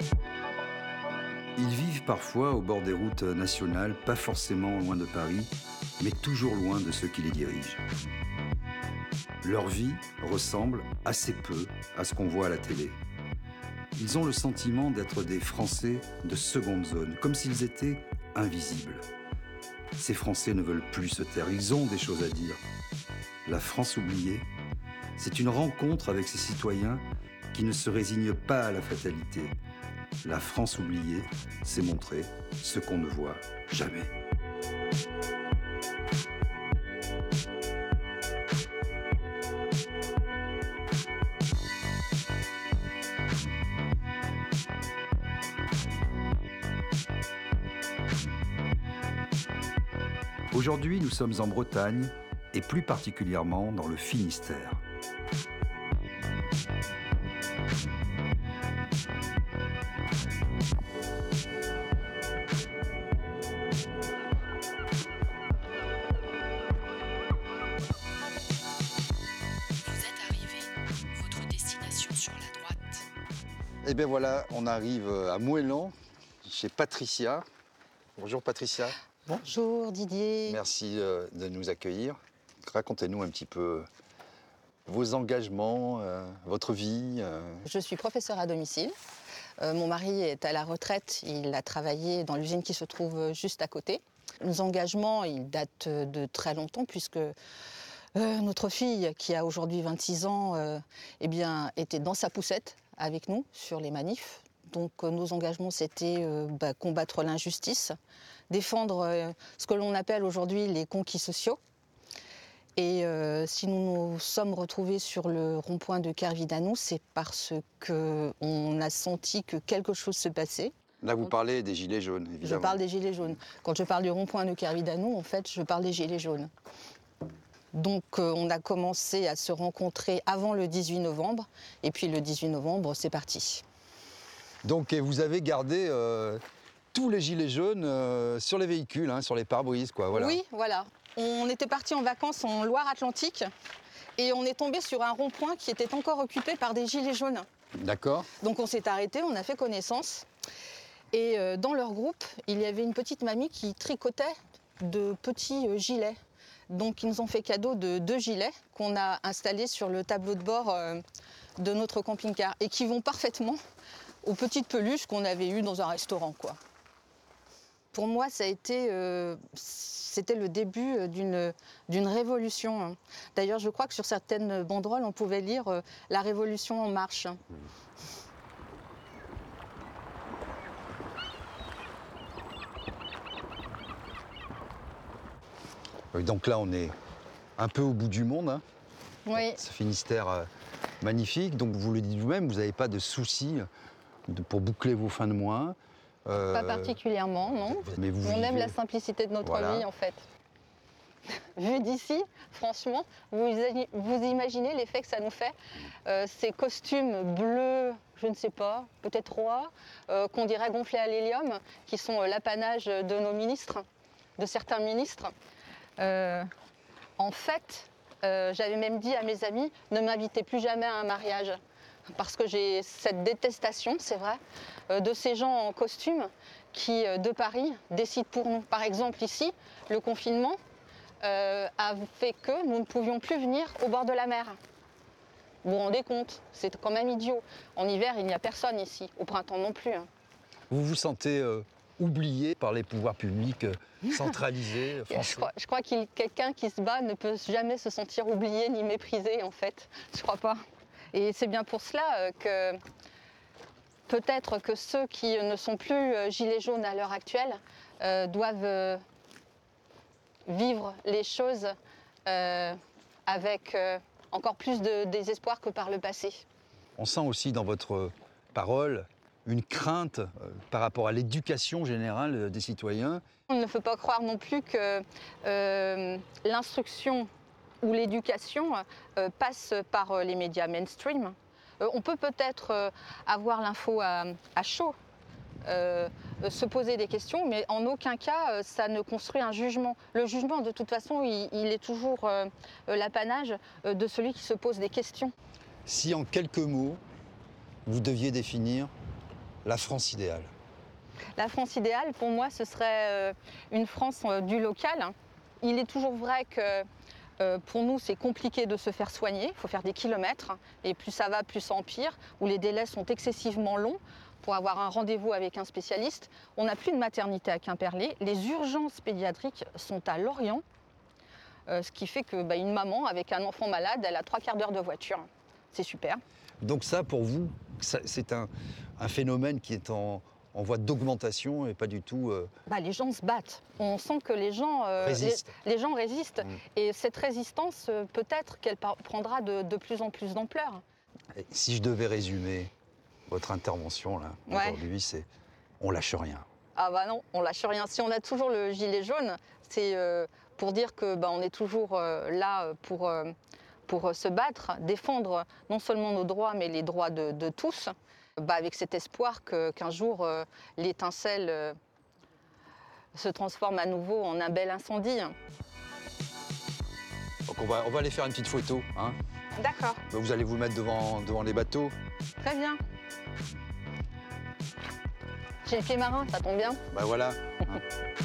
Ils vivent parfois au bord des routes nationales, pas forcément loin de Paris, mais toujours loin de ceux qui les dirigent. Leur vie ressemble assez peu à ce qu'on voit à la télé. Ils ont le sentiment d'être des Français de seconde zone, comme s'ils étaient invisibles. Ces Français ne veulent plus se taire, ils ont des choses à dire. La France oubliée, c'est une rencontre avec ces citoyens qui ne se résignent pas à la fatalité. La France oubliée, c'est montrer ce qu'on ne voit jamais. Aujourd'hui, nous sommes en Bretagne et plus particulièrement dans le Finistère. Et bien voilà, on arrive à Moëlan, chez Patricia. Bonjour Patricia. Bonjour Didier. Merci de nous accueillir. Racontez-nous un petit peu vos engagements, votre vie. Je suis professeure à domicile. Mon mari est à la retraite. Il a travaillé dans l'usine qui se trouve juste à côté. Nos engagements, ils datent de très longtemps puisque notre fille, qui a aujourd'hui 26 ans, eh bien, était dans sa poussette avec nous sur les manifs. Donc nos engagements, c'était combattre l'injustice, défendre ce que l'on appelle aujourd'hui les conquis sociaux. Et si nous nous sommes retrouvés sur le rond-point de Kervidanou, c'est parce qu'on a senti que quelque chose se passait. Là, vous parlez des Gilets jaunes, évidemment. Je parle des Gilets jaunes. Quand je parle du rond-point de Kervidanou, en fait, je parle des Gilets jaunes. Donc on a commencé à se rencontrer avant le 18 novembre, et puis le 18 novembre, c'est parti. Donc et vous avez gardé tous les gilets jaunes sur les véhicules, hein, sur les pare-brises, quoi. Voilà. Oui, voilà. On était partis en vacances en Loire-Atlantique, et on est tombé sur un rond-point qui était encore occupé par des gilets jaunes. D'accord. Donc on s'est arrêté, on a fait connaissance, et dans leur groupe, il y avait une petite mamie qui tricotait de petits gilets. Donc ils nous ont fait cadeau de 2 gilets qu'on a installés sur le tableau de bord de notre camping-car et qui vont parfaitement aux petites peluches qu'on avait eues dans un restaurant, quoi. Pour moi, c'était le début d'une révolution. D'ailleurs, je crois que sur certaines banderoles, on pouvait lire « La Révolution en marche ». Donc là, on est un peu au bout du monde. Hein. Oui. Ce Finistère magnifique. Donc vous le dites vous-même, vous n'avez pas de soucis pour boucler vos fins de mois. Pas particulièrement, non. Mais on aime la simplicité de notre vie, en fait. Vu d'ici, franchement, vous imaginez l'effet que ça nous fait. Ces costumes bleus, je ne sais pas, peut-être rois, qu'on dirait gonflés à l'hélium, qui sont l'apanage de nos ministres, de certains ministres. En fait, j'avais même dit à mes amis, ne m'invitez plus jamais à un mariage. Parce que j'ai cette détestation, c'est vrai, de ces gens en costume qui, de Paris, décident pour nous. Par exemple, ici, le confinement a fait que nous ne pouvions plus venir au bord de la mer. Vous vous rendez compte, c'est quand même idiot. En hiver, il n'y a personne ici, au printemps non plus. Hein. Vous vous sentez oublié par les pouvoirs publics centralisés français? Je crois que quelqu'un qui se bat ne peut jamais se sentir oublié ni méprisé, en fait. Je crois pas. Et c'est bien pour cela que peut-être que ceux qui ne sont plus gilets jaunes à l'heure actuelle doivent vivre les choses avec encore plus de désespoir que par le passé. On sent aussi dans votre parole une crainte par rapport à l'éducation générale des citoyens. On ne peut pas croire non plus que l'instruction ou l'éducation passe par les médias mainstream. On peut peut-être avoir l'info à chaud, se poser des questions, mais en aucun cas ça ne construit un jugement. Le jugement, de toute façon, il est toujours l'apanage de celui qui se pose des questions. Si en quelques mots, vous deviez définir La France idéale. La France idéale, pour moi, ce serait une France du local. Il est toujours vrai que pour nous, c'est compliqué de se faire soigner. Il faut faire des kilomètres. Et plus ça va, plus ça empire. Où les délais sont excessivement longs pour avoir un rendez-vous avec un spécialiste. On n'a plus de maternité à Quimperlé. Les urgences pédiatriques sont à Lorient. Ce qui fait qu'une maman avec un enfant malade, elle a 3/4 d'heure de voiture. C'est super. Donc ça, pour vous, c'est un phénomène qui est en voie d'augmentation et pas du tout... Les gens se battent. On sent que les gens Résistent. les gens résistent. Et cette résistance, peut-être qu'elle prendra de plus en plus d'ampleur. Et si je devais résumer votre intervention là, aujourd'hui, c'est on lâche rien. Ah bah non, on lâche rien. Si on a toujours le gilet jaune, c'est pour dire que on est toujours là pour se battre, défendre non seulement nos droits, mais les droits de tous, avec cet espoir qu'un jour l'étincelle se transforme à nouveau en un bel incendie. Donc on va aller faire une petite photo. Hein. D'accord. Vous allez vous mettre devant les bateaux. Très bien. J'ai le pied marin, ça tombe bien. Voilà. Hein.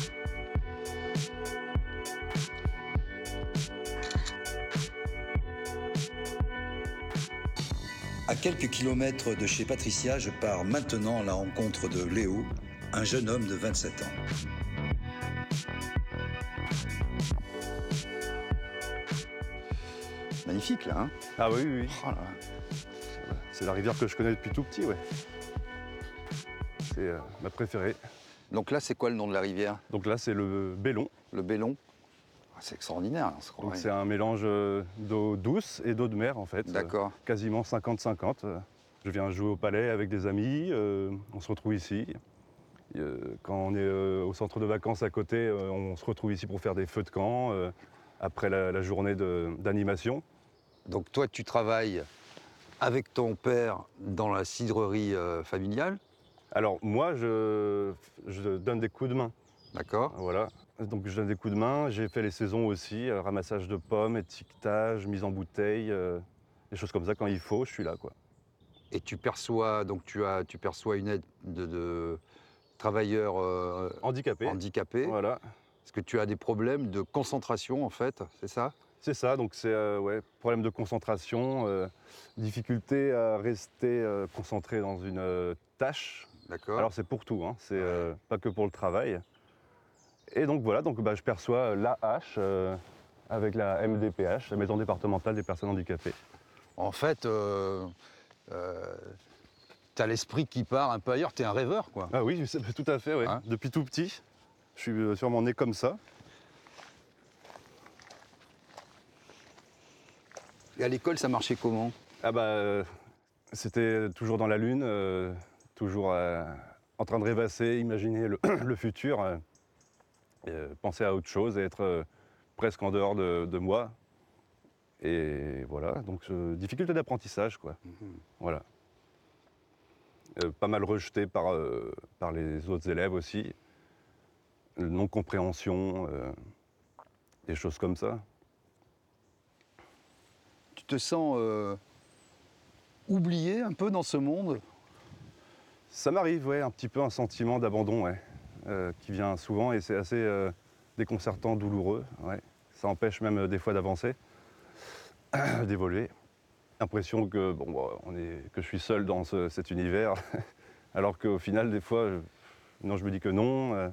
À quelques kilomètres de chez Patricia, je pars maintenant à la rencontre de Léo, un jeune homme de 27 ans. Magnifique là, hein. Ah oui, oui, oui. Oh là. C'est la rivière que je connais depuis tout petit, ouais. C'est ma préférée. Donc là, c'est quoi le nom de la rivière? Donc là, c'est le Bélon. Le Bélon. C'est extraordinaire. Hein, Donc c'est un mélange d'eau douce et d'eau de mer, en fait. D'accord. Quasiment 50-50. Je viens jouer au palais avec des amis, on se retrouve ici. Quand on est au centre de vacances à côté, on se retrouve ici pour faire des feux de camp, après la journée d'animation. Donc toi, tu travailles avec ton père dans la cidrerie familiale. Alors moi, je donne des coups de main. D'accord. Voilà. Donc je donne des coups de main. J'ai fait les saisons aussi, ramassage de pommes, étiquetage, mise en bouteille, des choses comme ça. Quand il faut, je suis là, quoi. Et tu perçois, donc tu perçois une aide de travailleurs handicapés. Voilà. Parce que tu as des problèmes de concentration, en fait, c'est ça? C'est ça, donc c'est problème de concentration, difficulté à rester concentré dans une tâche. D'accord. Alors c'est pour tout, hein, c'est pas que pour le travail. Et donc voilà, donc, je perçois l'AH avec la MDPH, la Maison départementale des personnes handicapées. En fait, t'as l'esprit qui part un peu ailleurs, t'es un rêveur, quoi. Ah oui, tout à fait, ouais. Hein? Depuis tout petit, je suis sûrement né comme ça. Et à l'école, ça marchait comment? Ah c'était toujours dans la lune, toujours en train de rêvasser, imaginer le futur, penser à autre chose et être presque en dehors de moi. Et voilà, donc difficulté d'apprentissage, quoi. Voilà. Pas mal rejeté par les autres élèves aussi. Non-compréhension, des choses comme ça. Tu te sens oublié un peu dans ce monde? Ça m'arrive, ouais, un petit peu un sentiment d'abandon, ouais, qui vient souvent et c'est assez déconcertant, douloureux. Ouais. Ça empêche même des fois d'avancer, d'évoluer. L'impression que, que je suis seul dans cet univers, alors qu'au final, des fois, je me dis que non.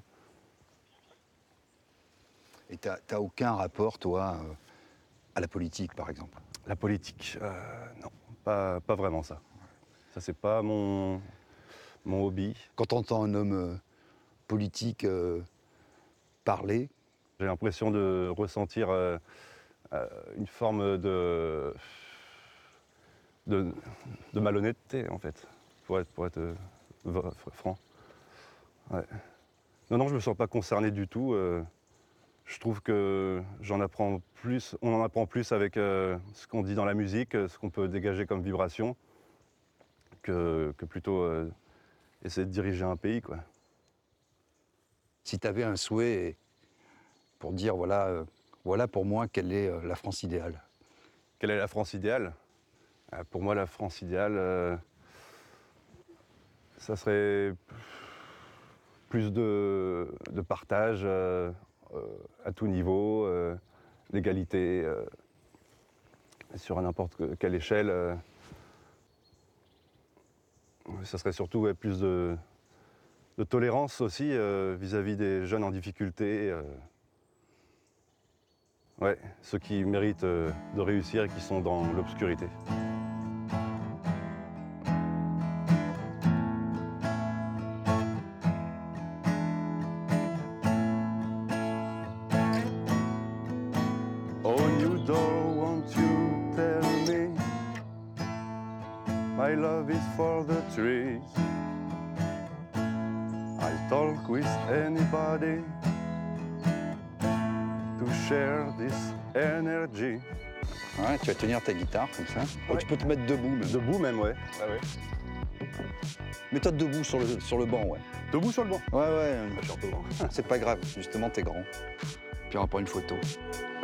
Et t'as aucun rapport, toi, à la politique, par exemple? La politique, non, pas vraiment ça. Ça, c'est pas mon hobby. Quand on entend un homme politique parler, j'ai l'impression de ressentir une forme de malhonnêteté, en fait, pour être franc. Ouais. Non, je me sens pas concerné du tout. Je trouve que on en apprend plus avec ce qu'on dit dans la musique, ce qu'on peut dégager comme vibration, que plutôt essayer de diriger un pays, quoi. Si tu avais un souhait pour dire, voilà pour moi, quelle est la France idéale? Quelle est la France idéale? Pour moi, la France idéale, Ça serait plus de partage à tout niveau, l'égalité sur n'importe quelle échelle. Ça serait surtout plus de tolérance aussi vis-à-vis des jeunes en difficulté. Ouais, ceux qui méritent de réussir et qui sont dans l'obscurité. Oh, new door, won't you tell me my love is for the trees? I'll talk with anybody to share this energy. Ouais, tu vas tenir ta guitare comme ça. Oh, Ouais. tu peux te mettre debout même. Debout même, ouais. Mets-toi debout sur le banc, ouais. Debout sur le banc. Ouais, ouais. Je suis un peu grand. C'est pas grave, justement, t'es grand. Puis on va prendre une photo.